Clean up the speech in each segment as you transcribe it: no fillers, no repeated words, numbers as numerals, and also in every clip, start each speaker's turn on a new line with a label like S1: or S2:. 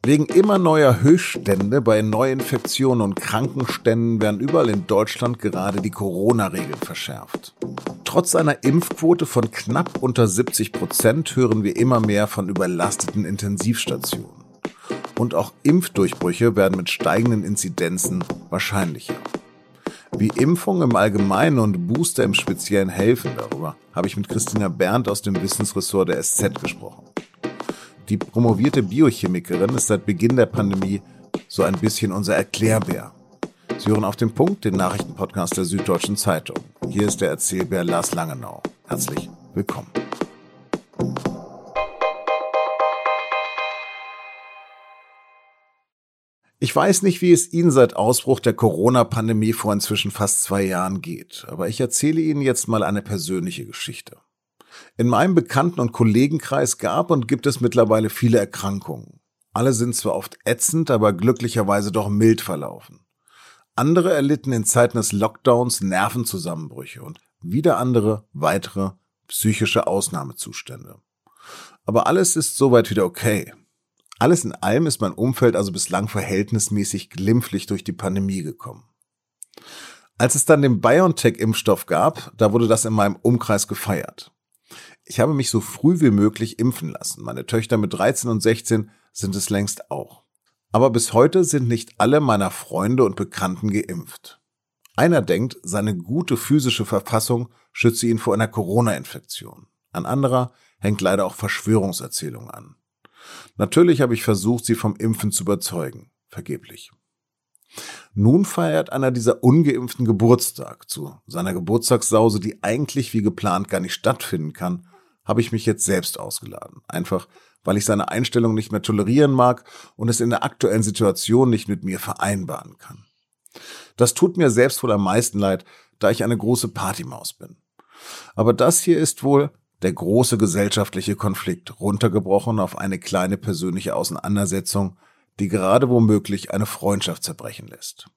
S1: Wegen immer neuer Höchststände bei Neuinfektionen und Krankenständen werden überall in Deutschland gerade die Corona-Regeln verschärft. Trotz einer Impfquote von knapp unter 70% hören wir immer mehr von überlasteten Intensivstationen. Und auch Impfdurchbrüche werden mit steigenden Inzidenzen wahrscheinlicher. Wie Impfungen im Allgemeinen und Booster im Speziellen helfen, darüber habe ich mit Christina Berndt aus dem Wissensressort der SZ gesprochen. Die promovierte Biochemikerin ist seit Beginn der Pandemie so ein bisschen unser Erklärbär. Sie hören auf den Punkt, den Nachrichtenpodcast der Süddeutschen Zeitung. Hier ist der Erzählbär Lars Langenau. Herzlich willkommen. Ich weiß nicht, wie es Ihnen seit Ausbruch der Corona-Pandemie vor inzwischen fast 2 Jahren geht, aber ich erzähle Ihnen jetzt mal eine persönliche Geschichte. In meinem Bekannten- und Kollegenkreis gab und gibt es mittlerweile viele Erkrankungen. Alle sind zwar oft ätzend, aber glücklicherweise doch mild verlaufen. Andere erlitten in Zeiten des Lockdowns Nervenzusammenbrüche und wieder andere weitere psychische Ausnahmezustände. Aber alles ist soweit wieder okay. Alles in allem ist mein Umfeld also bislang verhältnismäßig glimpflich durch die Pandemie gekommen. Als es dann den BioNTech-Impfstoff gab, da wurde das in meinem Umkreis gefeiert. Ich habe mich so früh wie möglich impfen lassen. Meine Töchter mit 13 und 16 sind es längst auch. Aber bis heute sind nicht alle meiner Freunde und Bekannten geimpft. Einer denkt, seine gute physische Verfassung schütze ihn vor einer Corona-Infektion. Ein anderer hängt leider auch Verschwörungserzählungen an. Natürlich habe ich versucht, sie vom Impfen zu überzeugen. Vergeblich. Nun feiert einer dieser Ungeimpften Geburtstag. Zu seiner Geburtstagssause, die eigentlich wie geplant gar nicht stattfinden kann, habe ich mich jetzt selbst ausgeladen. Einfach, weil ich seine Einstellung nicht mehr tolerieren mag und es in der aktuellen Situation nicht mit mir vereinbaren kann. Das tut mir selbst wohl am meisten leid, da ich eine große Partymaus bin. Aber das hier ist wohl der große gesellschaftliche Konflikt, runtergebrochen auf eine kleine persönliche Auseinandersetzung, die gerade womöglich eine Freundschaft zerbrechen lässt.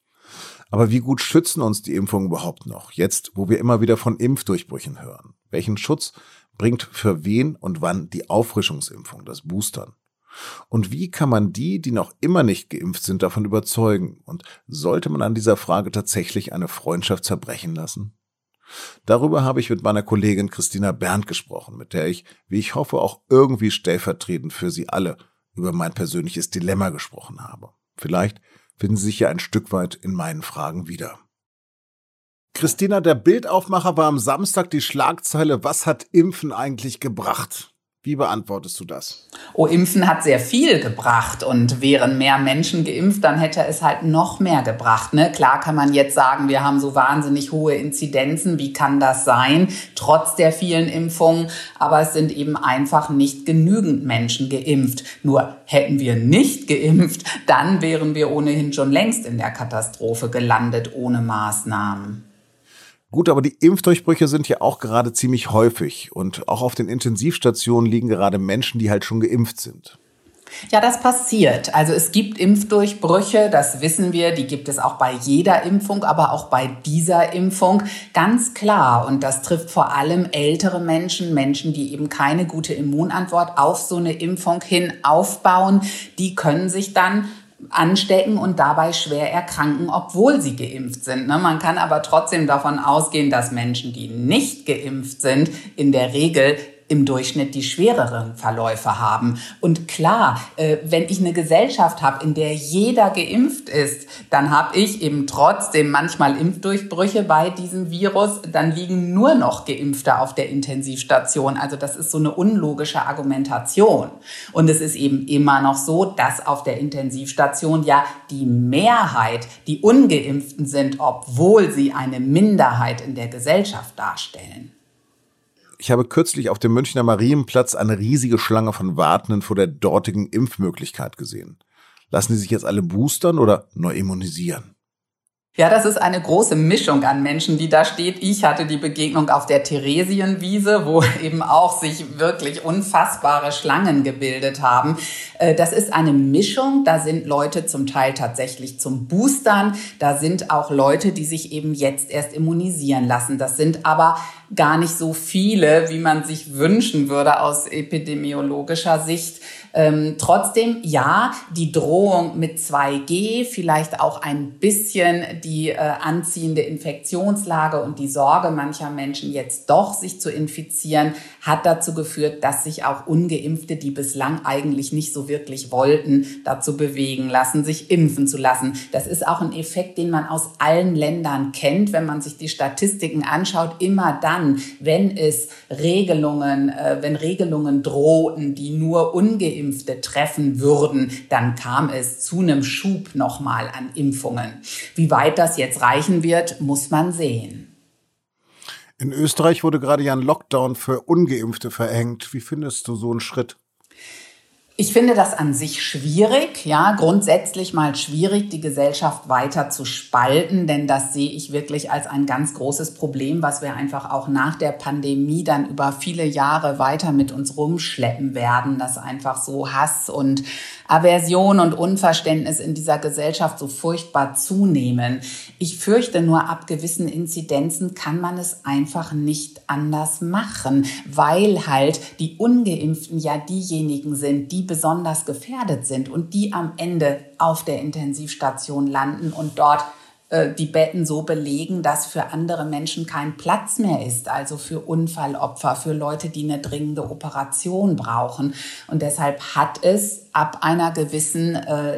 S1: Aber wie gut schützen uns die Impfungen überhaupt noch, jetzt wo wir immer wieder von Impfdurchbrüchen hören? Welchen Schutz bringt für wen und wann die Auffrischungsimpfung, das Boostern? Und wie kann man die noch immer nicht geimpft sind, davon überzeugen? Und sollte man an dieser Frage tatsächlich eine Freundschaft zerbrechen lassen? Darüber habe ich mit meiner Kollegin Christina Berndt gesprochen, mit der ich, wie ich hoffe, auch irgendwie stellvertretend für Sie alle über mein persönliches Dilemma gesprochen habe. Vielleicht finden Sie sich ja ein Stück weit in meinen Fragen wieder. Christina, der Bildaufmacher war am Samstag die Schlagzeile: Was hat Impfen eigentlich gebracht? Wie beantwortest du das?
S2: Oh, Impfen hat sehr viel gebracht, und wären mehr Menschen geimpft, dann hätte es halt noch mehr gebracht, ne? Klar kann man jetzt sagen, wir haben so wahnsinnig hohe Inzidenzen. Wie kann das sein, trotz der vielen Impfungen? Aber es sind eben einfach nicht genügend Menschen geimpft. Nur hätten wir nicht geimpft, dann wären wir ohnehin schon längst in der Katastrophe gelandet ohne Maßnahmen.
S1: Gut, aber die Impfdurchbrüche sind ja auch gerade ziemlich häufig und auch auf den Intensivstationen liegen gerade Menschen, die halt schon geimpft sind.
S2: Ja, das passiert. Also es gibt Impfdurchbrüche, das wissen wir, die gibt es auch bei jeder Impfung, aber auch bei dieser Impfung, ganz klar. Und das trifft vor allem ältere Menschen, Menschen, die eben keine gute Immunantwort auf so eine Impfung hin aufbauen. Die können sich dann anstecken und dabei schwer erkranken, obwohl sie geimpft sind. Man kann aber trotzdem davon ausgehen, dass Menschen, die nicht geimpft sind, in der Regel im Durchschnitt die schwereren Verläufe haben. Und klar, wenn ich eine Gesellschaft habe, in der jeder geimpft ist, dann habe ich eben trotzdem manchmal Impfdurchbrüche bei diesem Virus. Dann liegen nur noch Geimpfte auf der Intensivstation. Also das ist so eine unlogische Argumentation. Und es ist eben immer noch so, dass auf der Intensivstation ja die Mehrheit die Ungeimpften sind, obwohl sie eine Minderheit in der Gesellschaft darstellen.
S1: Ich habe kürzlich auf dem Münchner Marienplatz eine riesige Schlange von Wartenden vor der dortigen Impfmöglichkeit gesehen. Lassen die sich jetzt alle boostern oder neu immunisieren?
S2: Ja, das ist eine große Mischung an Menschen, die da steht. Ich hatte die Begegnung auf der Theresienwiese, wo eben auch sich wirklich unfassbare Schlangen gebildet haben. Das ist eine Mischung. Da sind Leute zum Teil tatsächlich zum Boostern. Da sind auch Leute, die sich eben jetzt erst immunisieren lassen. Das sind aber gar nicht so viele, wie man sich wünschen würde aus epidemiologischer Sicht. Trotzdem, ja, die Drohung mit 2G, vielleicht auch ein bisschen die anziehende Infektionslage und die Sorge mancher Menschen jetzt doch sich zu infizieren, hat dazu geführt, dass sich auch Ungeimpfte, die bislang eigentlich nicht so wirklich wollten, dazu bewegen lassen, sich impfen zu lassen. Das ist auch ein Effekt, den man aus allen Ländern kennt, wenn man sich die Statistiken anschaut. Immer dann, wenn Regelungen drohten, die nur Ungeimpfte treffen würden, dann kam es zu einem Schub nochmal an Impfungen. Wie weit das jetzt reichen wird, muss man sehen.
S1: In Österreich wurde gerade ja ein Lockdown für Ungeimpfte verhängt. Wie findest du so einen Schritt?
S2: Ich finde das an sich schwierig, ja, grundsätzlich mal schwierig, die Gesellschaft weiter zu spalten, denn das sehe ich wirklich als ein ganz großes Problem, was wir einfach auch nach der Pandemie dann über viele Jahre weiter mit uns rumschleppen werden, dass einfach so Hass und Aversion und Unverständnis in dieser Gesellschaft so furchtbar zunehmen. Ich fürchte nur, ab gewissen Inzidenzen kann man es einfach nicht anders machen, weil halt die Ungeimpften ja diejenigen sind, die besonders gefährdet sind und die am Ende auf der Intensivstation landen und dort die Betten so belegen, dass für andere Menschen kein Platz mehr ist, also für Unfallopfer, für Leute, die eine dringende Operation brauchen. Und deshalb hat es ab einer gewissen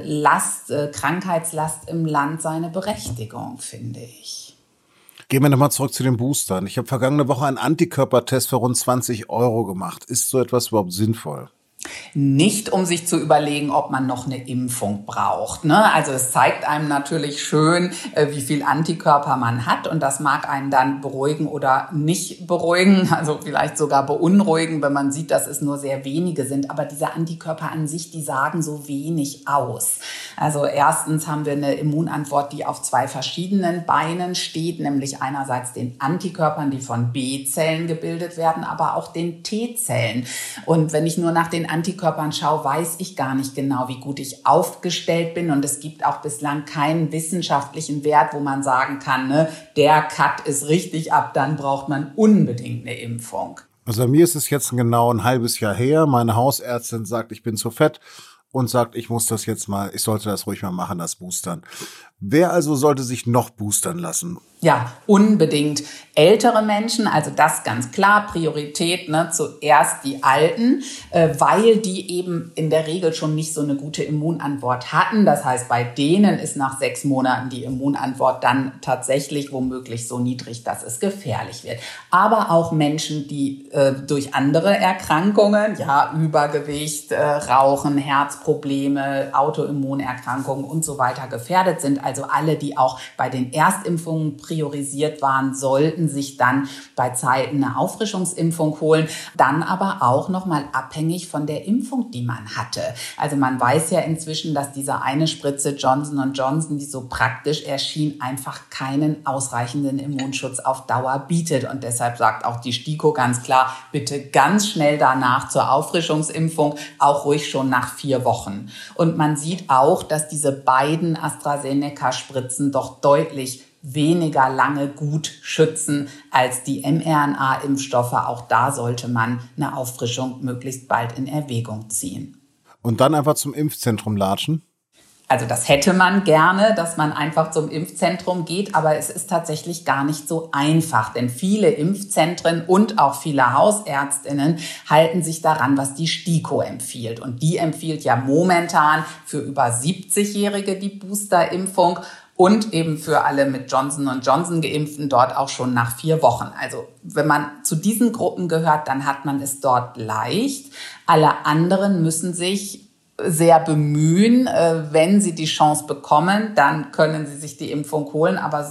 S2: Krankheitslast im Land seine Berechtigung, finde ich.
S1: Gehen wir nochmal zurück zu den Boostern. Ich habe vergangene Woche einen Antikörpertest für rund 20 € gemacht. Ist so etwas überhaupt sinnvoll?
S2: Nicht, um sich zu überlegen, ob man noch eine Impfung braucht, ne? Also es zeigt einem natürlich schön, wie viel Antikörper man hat und das mag einen dann beruhigen oder nicht beruhigen, also vielleicht sogar beunruhigen, wenn man sieht, dass es nur sehr wenige sind. Aber diese Antikörper an sich, die sagen so wenig aus. Also erstens haben wir eine Immunantwort, die auf 2 verschiedenen Beinen steht, nämlich einerseits den Antikörpern, die von B-Zellen gebildet werden, aber auch den T-Zellen. Und wenn ich nur nach den Antikörpern schaue, weiß ich gar nicht genau, wie gut ich aufgestellt bin. Und es gibt auch bislang keinen wissenschaftlichen Wert, wo man sagen kann, ne, der Cut ist richtig, ab dann braucht man unbedingt eine Impfung.
S1: Also bei mir ist es jetzt genau ein halbes Jahr her. Meine Hausärztin sagt, ich bin zu fett und sagt, ich sollte das ruhig mal machen, das Boostern. Wer also sollte sich noch boostern lassen?
S2: Ja, unbedingt ältere Menschen, also das ganz klar, Priorität, ne, zuerst die Alten, weil die eben in der Regel schon nicht so eine gute Immunantwort hatten. Das heißt, bei denen ist nach 6 Monaten die Immunantwort dann tatsächlich womöglich so niedrig, dass es gefährlich wird. Aber auch Menschen, die durch andere Erkrankungen, ja, Übergewicht, Rauchen, Herzprobleme, Autoimmunerkrankungen und so weiter gefährdet sind, also alle, die auch bei den Erstimpfungen priorisiert waren, sollten sich dann bei Zeiten eine Auffrischungsimpfung holen. Dann aber auch nochmal abhängig von der Impfung, die man hatte. Also man weiß ja inzwischen, dass diese eine Spritze Johnson & Johnson, die so praktisch erschien, einfach keinen ausreichenden Immunschutz auf Dauer bietet. Und deshalb sagt auch die STIKO ganz klar, bitte ganz schnell danach zur Auffrischungsimpfung, auch ruhig schon nach 4 Wochen. Und man sieht auch, dass diese beiden AstraZeneca-Spritzen doch deutlich weniger lange gut schützen als die mRNA-Impfstoffe. Auch da sollte man eine Auffrischung möglichst bald in Erwägung ziehen.
S1: Und dann einfach zum Impfzentrum latschen?
S2: Also das hätte man gerne, dass man einfach zum Impfzentrum geht, aber es ist tatsächlich gar nicht so einfach, denn viele Impfzentren und auch viele Hausärztinnen halten sich daran, was die STIKO empfiehlt. Und die empfiehlt ja momentan für über 70-Jährige die Boosterimpfung und eben für alle mit Johnson & Johnson Geimpften dort auch schon nach 4 Wochen. Also wenn man zu diesen Gruppen gehört, dann hat man es dort leicht. Alle anderen müssen sich sehr bemühen. Wenn sie die Chance bekommen, dann können sie sich die Impfung holen, aber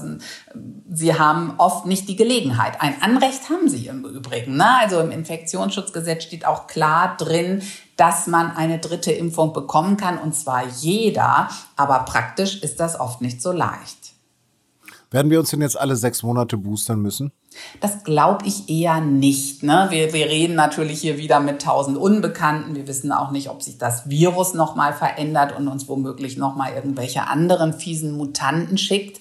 S2: sie haben oft nicht die Gelegenheit. Ein Anrecht haben sie im Übrigen, ne? Also im Infektionsschutzgesetz steht auch klar drin, dass man eine 3. Impfung bekommen kann, und zwar jeder. Aber praktisch ist das oft nicht so leicht.
S1: Werden wir uns denn jetzt alle 6 Monate boostern müssen?
S2: Das glaube ich eher nicht. Ne? Wir reden natürlich hier wieder mit 1000 Unbekannten. Wir wissen auch nicht, ob sich das Virus nochmal verändert und uns womöglich nochmal irgendwelche anderen fiesen Mutanten schickt.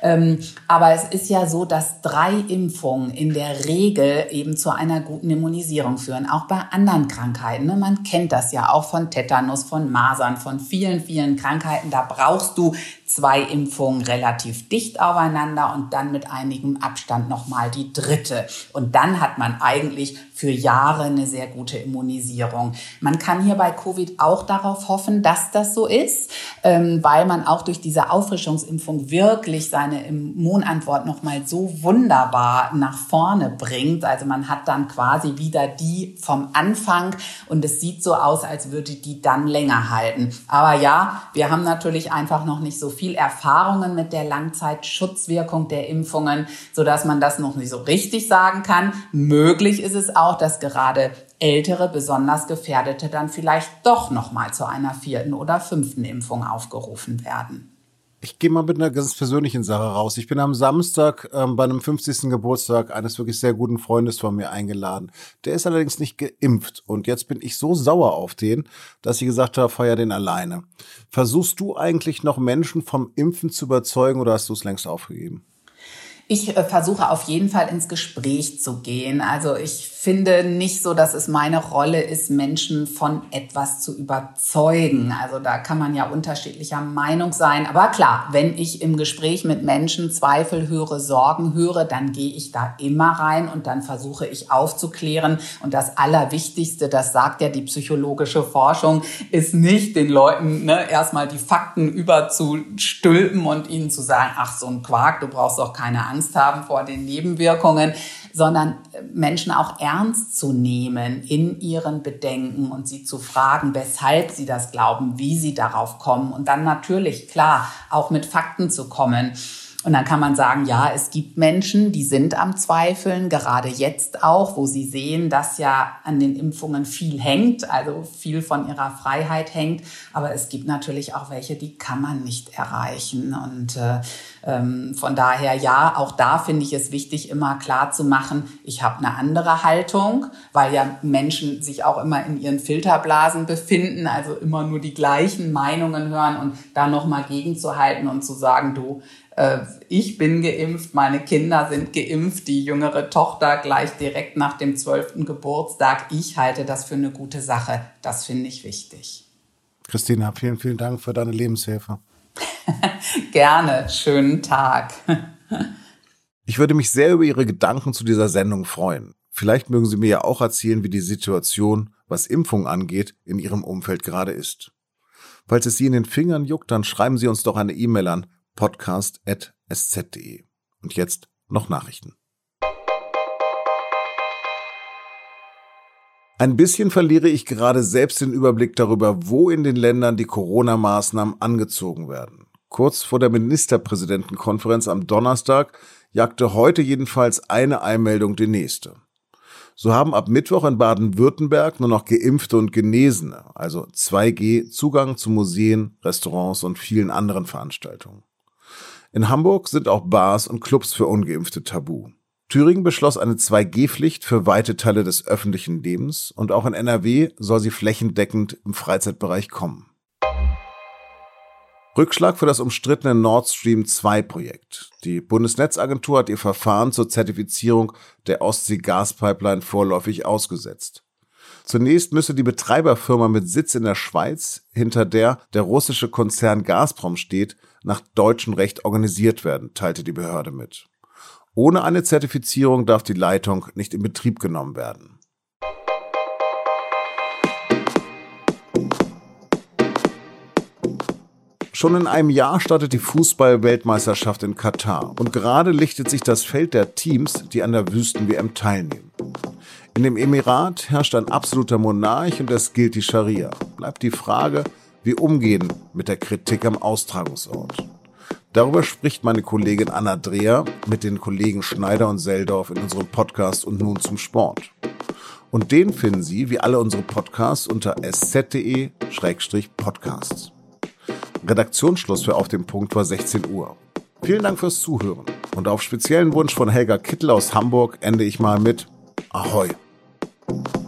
S2: Aber es ist ja so, dass 3 Impfungen in der Regel eben zu einer guten Immunisierung führen, auch bei anderen Krankheiten. Ne? Man kennt das ja auch von Tetanus, von Masern, von vielen, vielen Krankheiten. Da brauchst du 2 Impfungen relativ dicht aufeinander und dann mit einigem Abstand nochmal die 3. Und dann hat man eigentlich für Jahre eine sehr gute Immunisierung. Man kann hier bei Covid auch darauf hoffen, dass das so ist, weil man auch durch diese Auffrischungsimpfung wirklich seine Immunantwort nochmal so wunderbar nach vorne bringt. Also man hat dann quasi wieder die vom Anfang und es sieht so aus, als würde die dann länger halten. Aber ja, wir haben natürlich einfach noch nicht so viel Erfahrungen mit der Langzeitschutzwirkung der Impfungen, sodass man das noch nicht so richtig sagen kann. Möglich ist es auch, dass gerade Ältere, besonders Gefährdete, dann vielleicht doch nochmal zu einer 4. oder 5. Impfung aufgerufen werden.
S1: Ich gehe mal mit einer ganz persönlichen Sache raus. Ich bin am Samstag bei einem 50. Geburtstag eines wirklich sehr guten Freundes von mir eingeladen. Der ist allerdings nicht geimpft. Und jetzt bin ich so sauer auf den, dass ich gesagt habe, feier den alleine. Versuchst du eigentlich noch Menschen vom Impfen zu überzeugen oder hast du es längst aufgegeben?
S2: Ich versuche auf jeden Fall ins Gespräch zu gehen. Also ich finde nicht so, dass es meine Rolle ist, Menschen von etwas zu überzeugen. Also da kann man ja unterschiedlicher Meinung sein. Aber klar, wenn ich im Gespräch mit Menschen Zweifel höre, Sorgen höre, dann gehe ich da immer rein und dann versuche ich aufzuklären. Und das Allerwichtigste, das sagt ja die psychologische Forschung, ist nicht den Leuten erstmal die Fakten überzustülpen und ihnen zu sagen, ach so ein Quark, du brauchst doch keine Angst haben vor den Nebenwirkungen, sondern Menschen auch ernst zu nehmen in ihren Bedenken und sie zu fragen, weshalb sie das glauben, wie sie darauf kommen und dann natürlich, klar, auch mit Fakten zu kommen. Und dann kann man sagen, ja, es gibt Menschen, die sind am Zweifeln, gerade jetzt auch, wo sie sehen, dass ja an den Impfungen viel hängt, also viel von ihrer Freiheit hängt. Aber es gibt natürlich auch welche, die kann man nicht erreichen. Und von daher, ja, auch da finde ich es wichtig, immer klar zu machen, ich habe eine andere Haltung, weil ja Menschen sich auch immer in ihren Filterblasen befinden, also immer nur die gleichen Meinungen hören und da nochmal gegenzuhalten und zu sagen, du, ich bin geimpft, meine Kinder sind geimpft, die jüngere Tochter gleich direkt nach dem 12. Geburtstag. Ich halte das für eine gute Sache. Das finde ich wichtig.
S1: Christina, vielen, vielen Dank für deine Lebenshilfe.
S2: Gerne. Schönen Tag.
S1: Ich würde mich sehr über Ihre Gedanken zu dieser Sendung freuen. Vielleicht mögen Sie mir ja auch erzählen, wie die Situation, was Impfung angeht, in Ihrem Umfeld gerade ist. Falls es Sie in den Fingern juckt, dann schreiben Sie uns doch eine E-Mail an podcast@sz.de. Und jetzt noch Nachrichten. Ein bisschen verliere ich gerade selbst den Überblick darüber, wo in den Ländern die Corona-Maßnahmen angezogen werden. Kurz vor der Ministerpräsidentenkonferenz am Donnerstag jagte heute jedenfalls eine Einmeldung die nächste. So haben ab Mittwoch in Baden-Württemberg nur noch Geimpfte und Genesene, also 2G, Zugang zu Museen, Restaurants und vielen anderen Veranstaltungen. In Hamburg sind auch Bars und Clubs für Ungeimpfte tabu. Thüringen beschloss eine 2G-Pflicht für weite Teile des öffentlichen Lebens und auch in NRW soll sie flächendeckend im Freizeitbereich kommen. Rückschlag für das umstrittene Nord Stream 2-Projekt. Die Bundesnetzagentur hat ihr Verfahren zur Zertifizierung der Ostsee-Gaspipeline vorläufig ausgesetzt. Zunächst müsse die Betreiberfirma mit Sitz in der Schweiz, hinter der der russische Konzern Gazprom steht, nach deutschem Recht organisiert werden, teilte die Behörde mit. Ohne eine Zertifizierung darf die Leitung nicht in Betrieb genommen werden. Schon in einem Jahr startet die Fußball-Weltmeisterschaft in Katar und gerade lichtet sich das Feld der Teams, die an der Wüsten-WM teilnehmen. In dem Emirat herrscht ein absoluter Monarch und es gilt die Scharia. Bleibt die Frage, wie umgehen mit der Kritik am Austragungsort. Darüber spricht meine Kollegin Anna Dreher mit den Kollegen Schneider und Seldorf in unserem Podcast Und nun zum Sport. Und den finden Sie, wie alle unsere Podcasts, unter sz.de/podcasts. Redaktionsschluss für Auf den Punkt war 16 Uhr. Vielen Dank fürs Zuhören. Und auf speziellen Wunsch von Helga Kittel aus Hamburg ende ich mal mit Ahoi.